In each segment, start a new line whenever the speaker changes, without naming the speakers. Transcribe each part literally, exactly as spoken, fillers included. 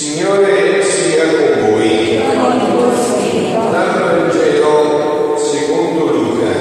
Signore sia con voi. Dal Vangelo secondo Luca.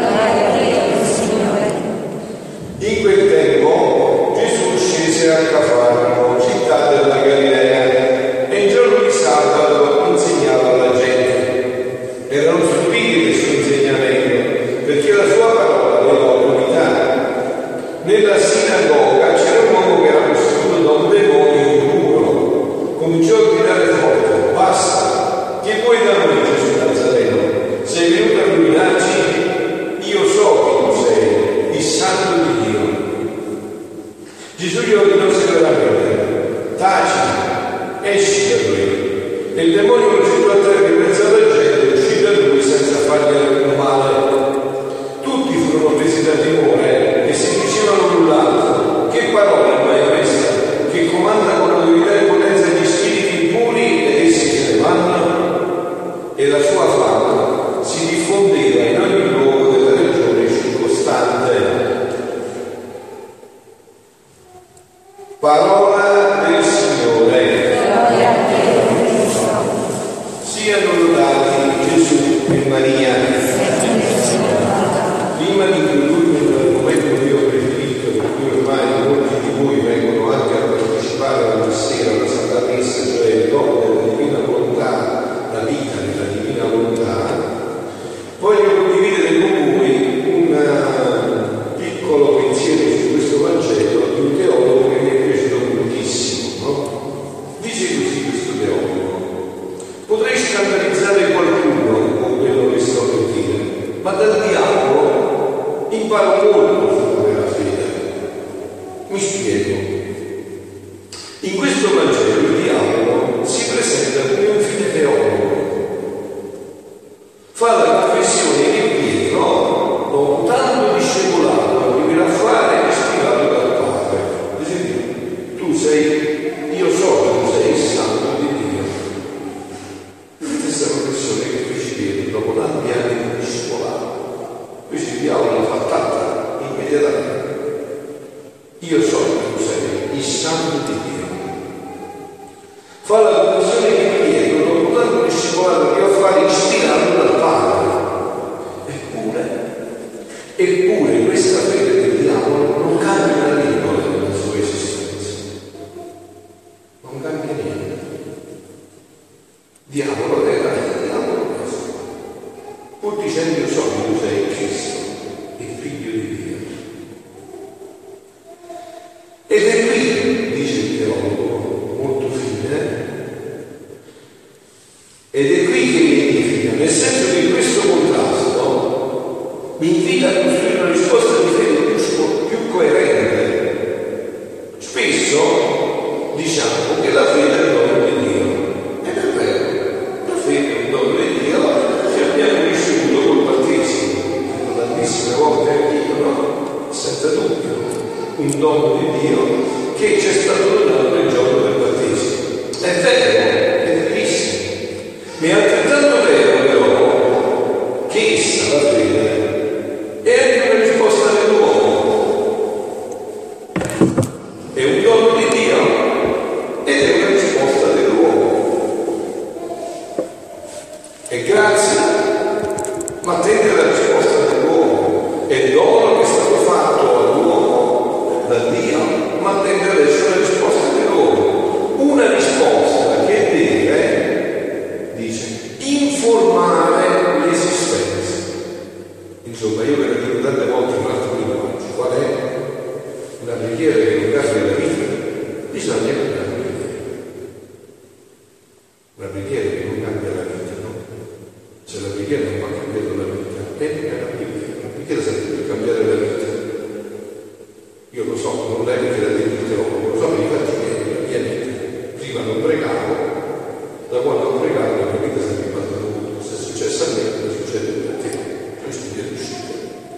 In quel tempo Gesù scese a Cafarno, città della Galilea, e il giorno di sabato insegnava alla gente. Erano stupiti del suo insegnamento, perché la sua parola aveva autorità. Nella sinagoga c'era un uomo che era posseduto da un demonio impuro. Cominciò a gridare forte: basta, che vuoi da noi, Gesù Nazareno? Sei venuto a rovinarci? Io so che tu sei il Santo di Dio. Gesù gli ordinò severamente: taci, esci da lui. E il demonio cominciò a entrare in mezzo alla gente e uscì da lui senza fargli alcun male. Tutti furono presi da timore e si dicevano l'un l'altro: che parola mai questa, che comanda con autorità e potenza gli spiriti impuri ed essi se ne vanno? E la sua fama si diffondeva in ogni luogo della regione circostante. Parola del Signore. Siano lodati Gesù e Maria. Prima di introdurre l'argomento che io ho preferito, per cui ormai molti di voi vengono anche a partecipare alla messera, alla Santa Messa, cioè il dono della Divina Volontà, la vita della Divina Volontà, voglio condividere con voi un piccolo pensiero su questo Vangelo di un teologo che mi è piaciuto moltissimo, no? Dice così questo teologo: potrei scandalizzare qualcuno con quello che sto per dire, ma dal diavolo imparo molto sulla fede. Mi spiego. In questo Vangelo il diavolo si presenta come un fine teologo. Fa la confessione che Pietro, dopo tanto discepolato, arriverà a fare ispirato dal Padre. Ad esempio, tu sei, io so che tu sei il Santo di Dio. Questa confessione che fece Pietro dopo tanti anni di discepolato. Invece il diavolo la fa tanta immediatamente. Io so che tu sei il Santo di Dio. Fa la confessione che Pietro, dopo tanto discepolato, che va a fare ispirato dal Padre. Eppure, eppure questa fede del diavolo non cambia la regola della sua esistenza. Non cambia niente. Diavolo era il diavolo questo. Pur dicendo io so che tu sei Cristo, il figlio di Dio. Ed è qui, dice il teologo, molto fine, ed è qui che mi edifica, nel senso che in questo contrasto mi invita a costruire una risposta di fede più, più coerente. Spesso diciamo che la fede è il dono di Dio, ed è vero, la fede è un dono di Dio che abbiamo ricevuto col battesimo, tantissime volte anch'io, no? Senza dubbio, un dono di Dio che ci è stato donato nel giorno del battesimo. È vero, è verissimo. Ma è altrettanto vero però che essa, la fede, è anche una risposta dell'uomo. È un dono di Dio ed è una risposta dell'uomo. È grazia, ma tende alla risposta dell'uomo. È dono che è stato fatto all'uomo da Dio, ma tende ad essere una risposta dell'uomo. Una risposta che deve, dice, informare l'esistenza. Insomma, io ve la dico tante volte in un altro linguaggio. Qual è? Una preghiera che non cambia la vita, bisogna cambiare la vita. Una preghiera che non cambia la vita, no? Se la preghiera non va cambiando la vita, è una preghiera. Una preghiera serve per cambiare la vita. Io lo so, non è che la dico il teologo, lo so, mi faccio bene la mia vita. Prima non pregavo, da quando ho pregato la mia vita è sempre rimasto dovuto. Se è successo a me, non succede a te. Questo è riuscito.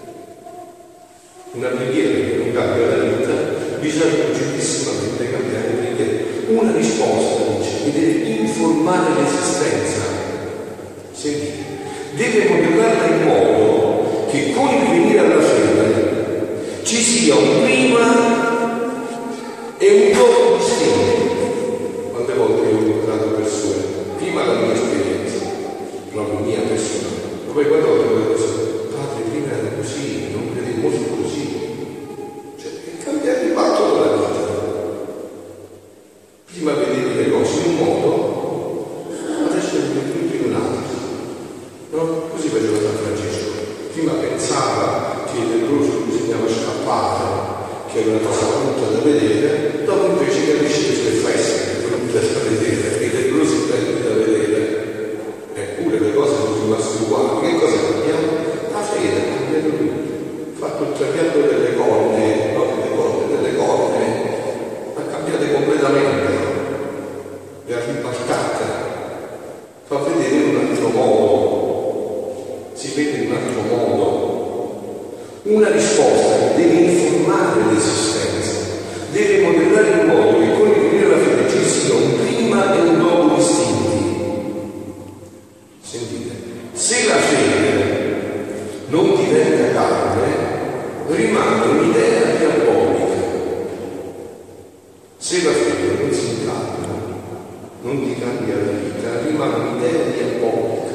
Una preghiera che non cambia la vita, bisogna urgentissimamente cambiare la preghiera. Una risposta, dice, che deve informare l'esistenza. Sentite, deve modellarla in modo che con il venire alla fede ci sia un prima e un dopo di sé. Quante volte io incontrato persone, prima la mia esperienza, proprio mia personale, ma poi quando ho detto, padre, prima era così, non credevo fosse così, cioè è cambiato il patto della vita. Prima vedevi le cose in un modo, adesso le vedi tutti in un altro, no? Così faceva San Francesco. Prima pensava che del rosso bisognava scappare, che era una cosa brutta da vedere, dopo invece capisce che le feste brutte da vedere, che del rosso è bello da vedere, eppure le cose sono rimaste uguali. Che cosa cambiamo? La fede ha cambiato tutto, ha fatto il trapianto delle corne, no delle corne, delle corne, ha cambiato completamente, le ha ribaltate, fa vedere in un altro modo, si vede in un altro modo. Una risposta che deve informare l'esistenza, deve modellare in modo che con il venire alla fede ci sia un prima e un dopo distinti. Sentite, se la fede non diventa carne, rimane un'idea diabolica. Se la fede non si incarna, non ti cambia la vita, rimane un'idea diabolica.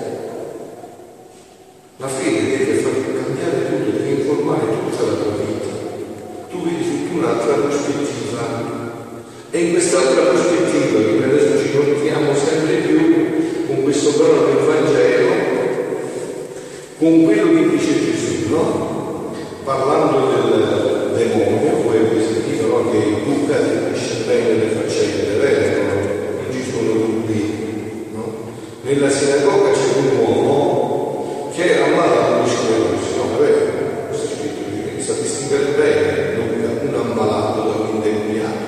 La fede deve far cambiare tutto, deve informare tutta la tua vita. Tu vedi su un'altra prospettiva, e in quest'altra prospettiva che noi adesso ci contiamo sempre più con questo brano del Vangelo, con quello che dice Gesù, no? Parlando del demonio, voi avete sentito, no? Che Luca capisce bene le faccende, vero? Non ci sono dubbi, no? Nella sinagoga c'è un uomo che era malato di sclerosi, no? È vero? Questo è scritto, che sa distinguere bene Luca, un ammalato da un indemniato.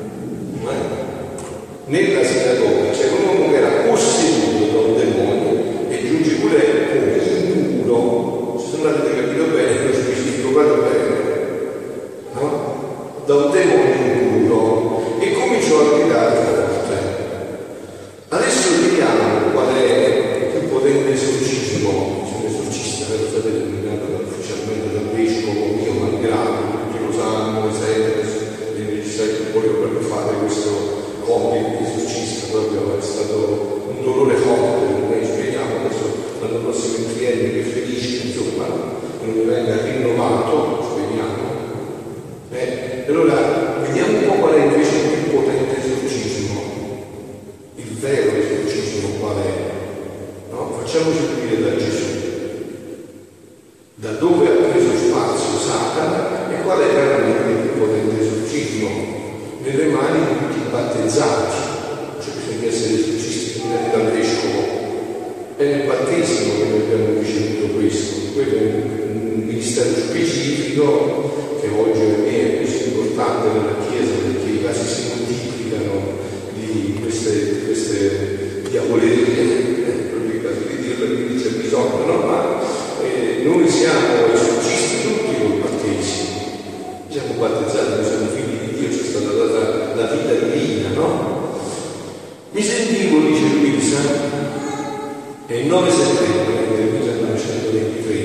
Nella sinagoga c'era un uomo che era posseduto da un demonio, e giunge pure come impuro, se non avete capito bene, lo specifico proprio bene, no? Da un demonio impuro, e cominciò a gridare forte. Adesso vediamo qual è il più potente esorcismo. Sapete, nominato ufficialmente dal vescovo, mio malgrado, tutti lo sanno, e invece voglio proprio fare questo compito di esorcista, proprio è stato un dolore forte per me. Speriamo adesso l'anno prossimo in triennio, che felice, insomma, che non mi venga rinnovato, speriamo. Eh, allora vediamo un po' qual è invece il più potente esorcismo, il vero esorcismo qual è, no? Facciamoci capire da Gesù. Da dove ha preso spazio Satana e qual è veramente il più potente esorcismo? Nelle mani di tutti i battezzati, cioè bisogna essere esorcisti guidati dal vescovo. È nel battesimo che noi abbiamo ricevuto questo, quello è un ministero specifico che oggi è così importante nella Chiesa, perché i casi si moltiplicano di queste, queste diavolerie, eh, proprio il caso di dirlo, quindi c'è bisogno, no? Ma Eh, noi siamo esorcisti tutti col battesimo, siamo battezzati, noi siamo figli di Dio, ci è stata data la vita divina, no? Mi sentivo, dice Luisa, è il nove settembre del millenovecentoventitré,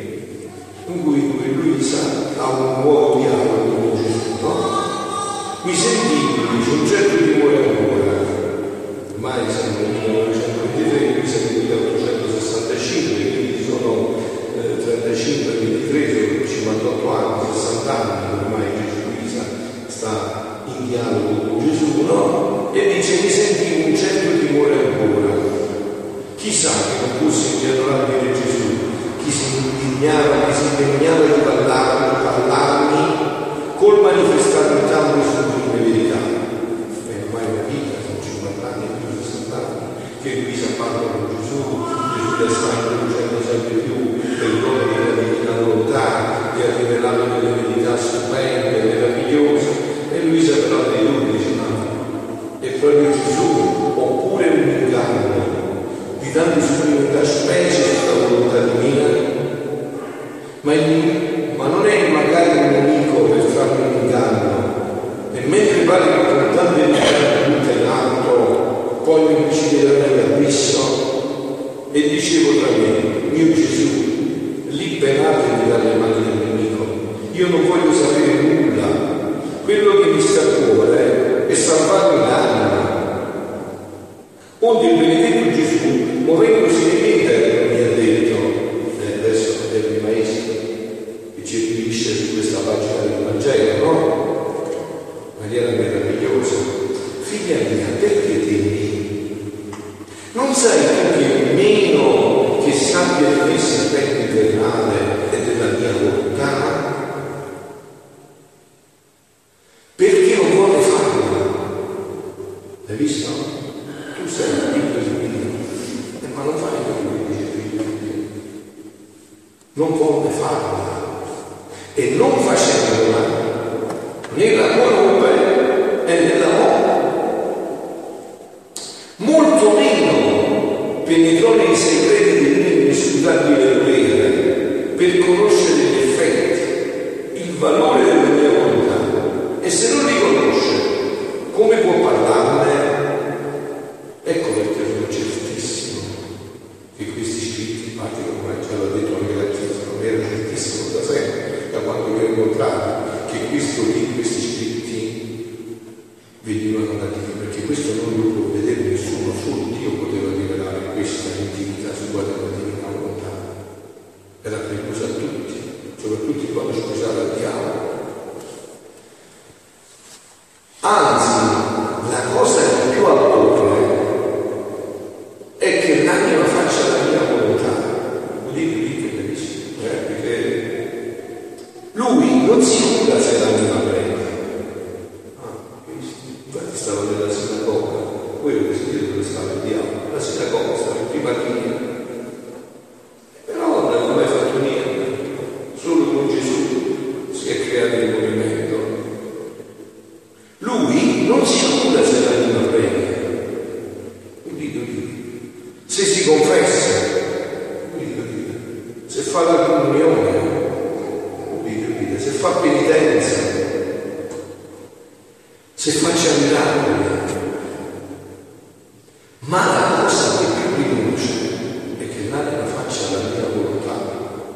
in cui Luisa ha un nuovo dialogo con Gesù, no? Mi sentivo, dice, un certo timore ancora, ormai siamo nel millenovecentoventitré, Luisa è del milleottocentosessantacinque, quindi sono trentacinque, ventitré, cinquantotto anni, sessanta anni, ormai Gesù Luisa sta in dialogo con Gesù, no? E dice, mi sentivo un certo timore ancora. Chissà che non fosse in generale dire Gesù, chi si indignava, chi si impegnava di parlarmi, di parlarmi col manifestare tante sublime verità. È ormai una vita, sono cinquanta anni, più di sessanta anni, che Luisa parla con Gesù, Gesù la sta introducendo sempre più per nome della divina volontà, che ha rivelato delle verità stupende, meravigliose, e Luisa però dei dubbi dice, ma è proprio Gesù, oppure un inganno di tante sublimità specie questa volontà divina? Ma, il, ma non è magari un nemico per fare un inganno, e mentre pare che con tante verità tutte in alto, poi mi uccidere nell'abisso, e dicevo tra me, mio Gesù, liberatemi dalle mani del nemico, io non voglio sapere nulla, quello che mi sta a cuore è salvarmi l'anima. Onde il benedetto Gesù, muovendosi nei miei interni, mi ha detto, eh, adesso è il maestro che ci riferisce su questa pagina del Vangelo, no? In maniera meravigliosa. Figlia mia, perché temi? Non sai tu che meno che sappia di questo serpente infernale e della mia volontà? Perché non vuole farlo? Hai visto? Tu sei il figlio di Dio, ma non fai quello che dice figlio di Dio. Non vuole farlo. E non facendola, né la conobbe e ne l'amò. Molto meno penetrò nei segreti del mio inescrutabile volere per conoscere gli effetti, il valore della mia volontà. E se non li conosce, come può parlarne? Ecco perché sono certissimo che questi scritti, infatti come già l'ha detto anche la Chiesa, non ero certissimo da sempre, da quando vi ho incontrato, che questo lì, questi scritti venivano da Dio, perché questo non lo può vedere nessuno, solo Dio poteva rivelare questa intimità su quale la divina volontà. Era preclusa a tutti, soprattutto quando sposava il diavolo. Anzi, la cosa più allucinante è che l'anima faccia la mia volontà. Lo dico lì, capisci? Eh? Perché lui non si cura se l'anima prende. Ah, infatti stava nella sinagoga, quello che si dice dove stava il diavolo, la sinagoga stava in prima linea. Però non ha mai fatto niente, solo con Gesù si è creato il movimento. Lui non si cura se l'anima prende, se si confessa, se fa la comunione, se fa penitenza, se faccia miracoli. Ma la cosa che più riconosce è che l'anima faccia la mia volontà.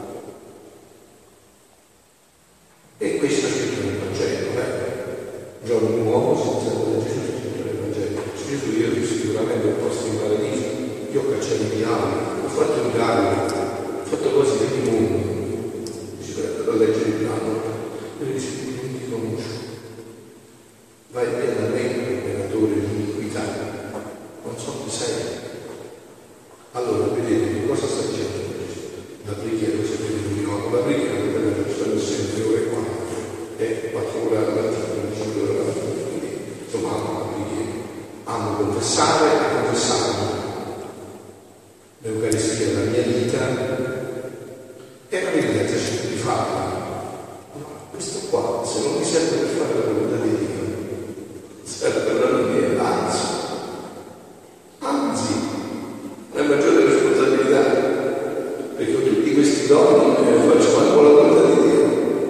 E questo è scritto nel Vangelo, eh? Un giorno un uomo si presenta da Gesù, scritto nel Vangelo. Gesù, io ho sicuramente un posto in paradiso, io ho cacciato i diavoli, ho fatto miracoli, ho fatto cose del mondo. Dice, da leggere il piano, e dice, non ti conosco. Vai via da me, imperatore di iniquità, non so chi sei. Allora, vedete, che cosa sta dicendo Gesù? La preghiera, sapete, no, la preghiera non deve stare sempre ore qua, e quattro ore alla mattina, cinque ore alla mattina, quindi insomma amo la preghiera, amo confessare e confessarmi. L'Eucaristia è la mia vita e la penitenza cerco di farla. No, questo qua, se non mi serve per fare la volontà di Dio, serve per la mia, anzi, anzi, è maggiore responsabilità, perché ho tutti questi doni e non faccio manco la volontà di Dio.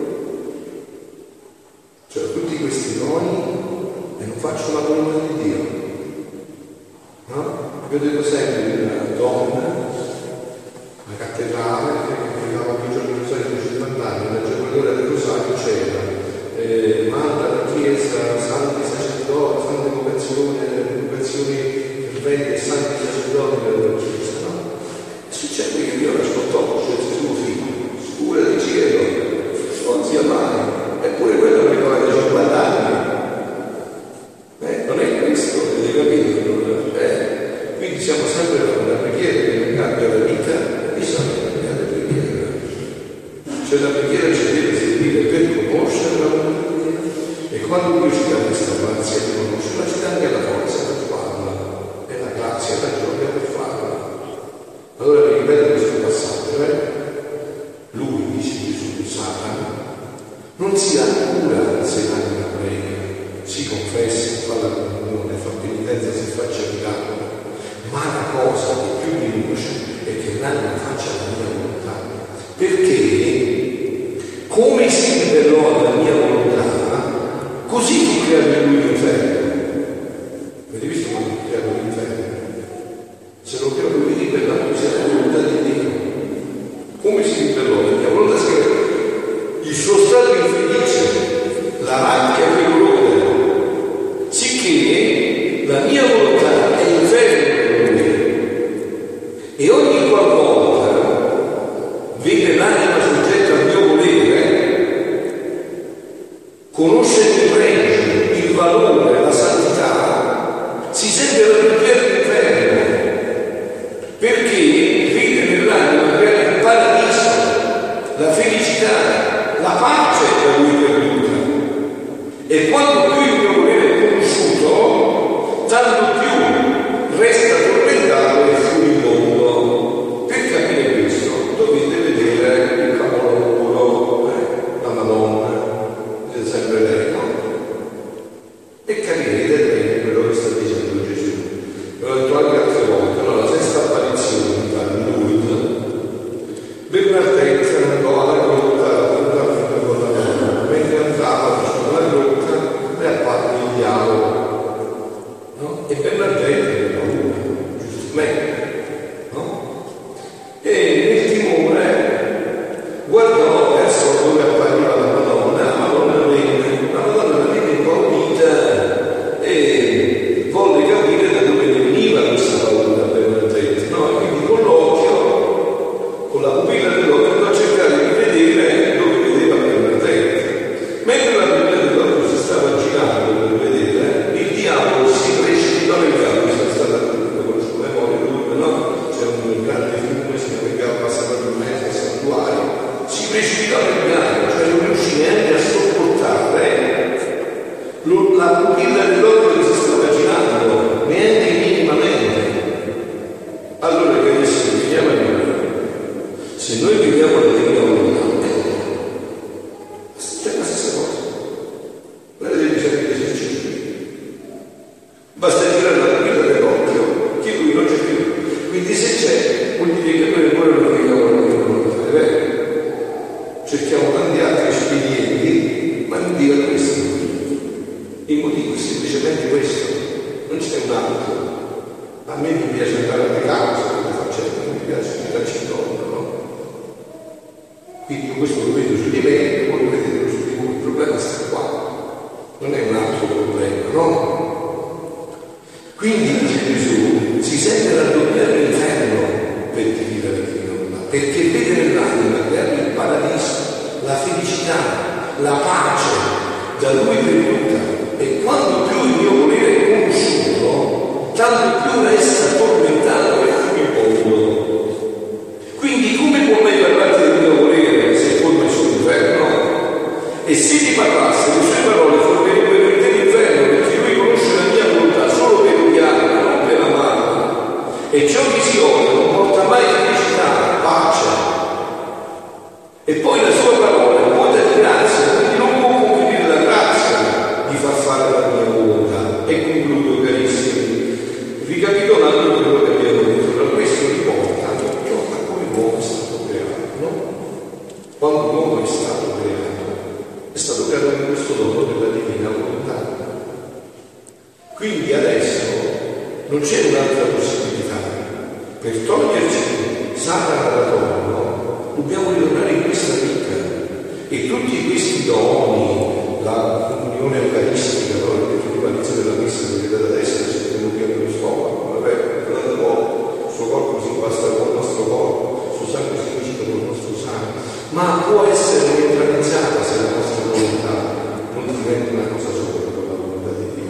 Cioè ho tutti questi doni e non faccio la volontà di Dio. No? Io dico sempre di una donna, una cattedrale, che pregava ogni giorno il rosario di cinquanta anni, la giornata del rosario c'era, eh, manda la Chiesa, santi sacerdoti, sante vocazioni, vocazioni ferventi e santi sacerdoti della Chiesa, no? E succede che io l'ascoltò, cioè suo figlio, scura di cielo, non sia mai, eppure quello pregava da cinquanta anni. Eh, non è questo, avete capito? Eh, quindi siamo sempre nella preghiera che non cambia la vita, bisogna cambiare la preghiera. Cioè la preghiera ci deve servire per conoscere la volontà di Dio. E quando Dio ci dà questa grazia di conoscerla, ci dà anche la forza per farla, e la grazia e la gioia per farla. Allora vi ripeto questo passaggio, eh? Lui, dice Gesù, Satana, non si ha cura se l'anima prega, si confessa, fa la comunione, fa penitenza, si faccia miracolo. Ma la cosa che più mi riconosce è che l'anima faccia la mia volontà, perché come si rivelò alla mia volontà, così fu creato lui l'inferno. Avete visto quando fu creato l'inferno? Se lo creò lui rivellato sia la volontà di Dio. Come si rivelò la mia volontà? Il suo stato infelice viviamo la divina volontà. C'è la stessa cosa. Guardate gli esercizi. Basta girare la guida dell'occhio, che lui non c'è più. Quindi se c'è, vuol dire che noi ancora non viviamo la divina volontà, è vero? Cerchiamo tanti altri espedienti, ma non dica questo. Il motivo è semplicemente questo, non c'è un altro. A me mi piace andare alle cause, come facendo, non mi piace girarci intorno, no? Quindi io questo lo vedo su di me e voi lo vedete su di voi. Il problema sta qua, non è un altro problema, no? Quindi dice Gesù, si sente raddoppiare l'inferno per vivere la divina volontà, perché vede nell'anima che ha il paradiso, la felicità, la pace da lui venuta. E quando più il mio volere è conosciuto, tanto più resta tormentato e furibondo. Quindi come può mai parlarti del mio volere se poi messo l'inferno? E se ti parlasse, le sue parole fornirebbero in te l'inferno, perché lui conosce la mia volontà solo per odiarla, non per amarla. E ciò che si odia non porta mai felicità, pace. E poi la sua parola è vuota di grazia, quindi non può conferire la grazia di far fare la mia volontà. E concludo, carissimi, ricapitolando quello che abbiamo detto. Da questo riporta a come l'uomo è stato creato, no? Quando l'uomo è stato creato, è stato creato con questo dono della divina volontà. Quindi adesso non c'è un'altra possibilità. Per toglierci Satana da torno, dobbiamo ritornare in questa vita. E tutti questi doni, la comunione eucaristica, no? Il detto prima all'inizio della messa, perché da destra si è tenuto piano lo stomaco, vabbè, guardate poco, il suo corpo si impasta con il nostro corpo, il suo sangue si unisce con il nostro sangue, ma può essere neutralizzata se la nostra volontà non diventa una cosa sola con la volontà di Dio.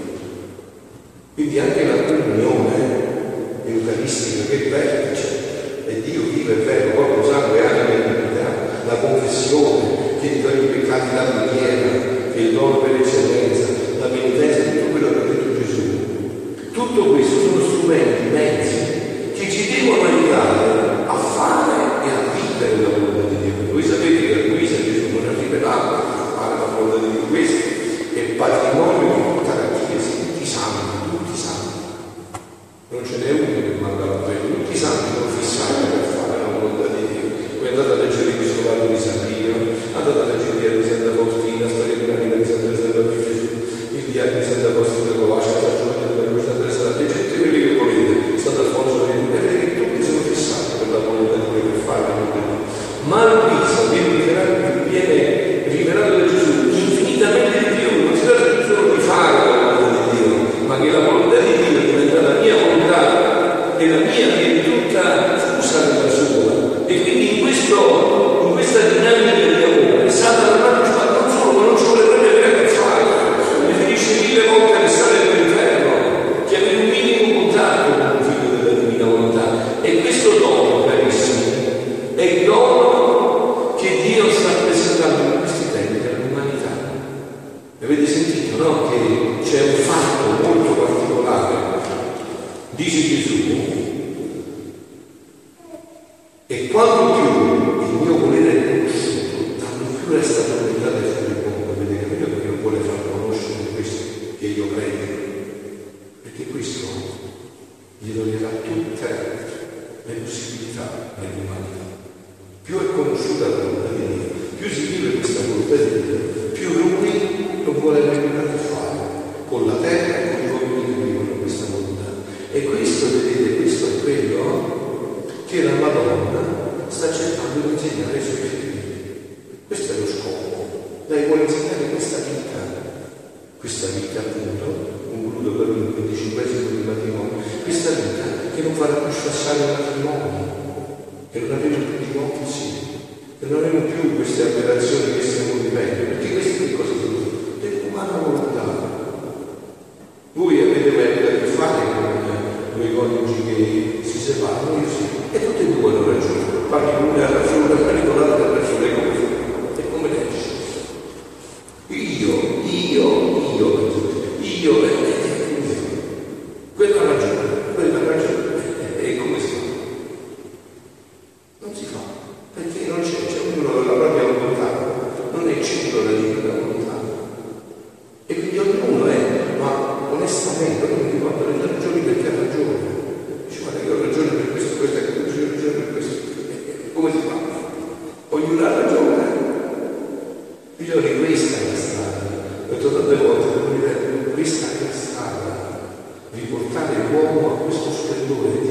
Quindi anche la comunione eucaristica che vertice, e Dio vive è vero, corpo, sangue, anima e divinità, la confessione che ti toglie i peccati la preghiera, che è il dono per eccellenza, la penitenza, tutto quello che ha detto Gesù. Tutto questo sono strumenti, mezzi che ci devono aiutare a fare e a vivere la volontà di Dio. Voi sapete che a Luisa Gesù non ha rivelato a fare la volontà di Dio. Questo è patrimonio di tutta la Chiesa, tutti i santi, tutti i santi. Non ce n'è uno che manca la fede, tutti i santi sono fissati per fare la volontà di Dio. Poi andate a leggere il Vescovado di San Pio, andate a leggere il diario di Santa Faustina, storia della vita di Santa Teresa di Gesù, il diario di Santa Faustina di Covasca, San Giovanni della Croce, Santa Teresa di Gesù, tutti quelli che volete, Sant'Alfonso di Dio, vedete che tutti sono fissati per la volontà di Dio, per fare la volontà di Dio. Ma Luisa viene rivelato, viene rivelato da Gesù infinitamente di più, non si tratta solo di fare la volontà di Dio, ma che la volontà di Dio diventa la mia volontà e la mia viene tutta fusa nella sua. E quindi in, questo, in questa dinamica di amore Satana non fa non solo, ma non ci vuole proprio avere a che fare, preferisce mille volte restare nell'inferno che avere un minimo contatto con il figlio della divina volontà. E questo dono, carissimi, è il dono che Dio sta presentando in questi tempi dell'umanità. Avete sentito, no? Che c'è un fatto molto particolare, dice Gesù. E quanto più il mio volere è conosciuto, tanto più resta tormentata e furibondo. Vedete meglio perché non vuole far conoscere questo che io credo, perché questo gli toglierà tutte le possibilità dell'umanità. Più è conosciuta la volontà di Dio, più si vive questa volontà di Dio, più lui non vuole avere nulla a che fare con la terra e con i uomini che vivono questa volontà. E questo, vedete, questo è quello che la Madonna sta cercando di insegnare ai suoi figli. Questo è lo scopo. Lei vuole insegnare questa vita, questa vita appunto, concludo per il venticinquesimo di matrimonio, questa vita che non farà più sfassare il matrimonio, che non avremo più divorzi, che non avremo più queste aberrazioni che stiamo vivendo, perché queste che cosa sono? Dell'umana volontà. Voi avete mai avuto a che fare con due coniugi che si separano? Io sì. E tutti e due hanno ragione. Qualche uno ha ragione, qualche l'altro ha ragione. E come esce? Io, io, io, io, eh, quella ha ragione, quella ha ragione. E come si fa? Non si fa, perché non c'è.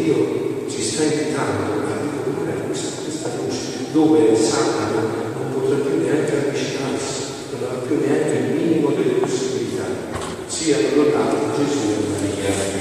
Dio ci sta invitando a ritornare a questa, questa luce, dove Satana non potrà più neanche avvicinarsi, non avrà più neanche il minimo delle possibilità. Siano lodati Gesù e Maria.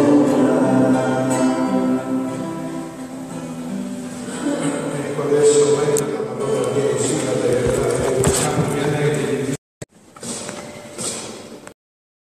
Adesso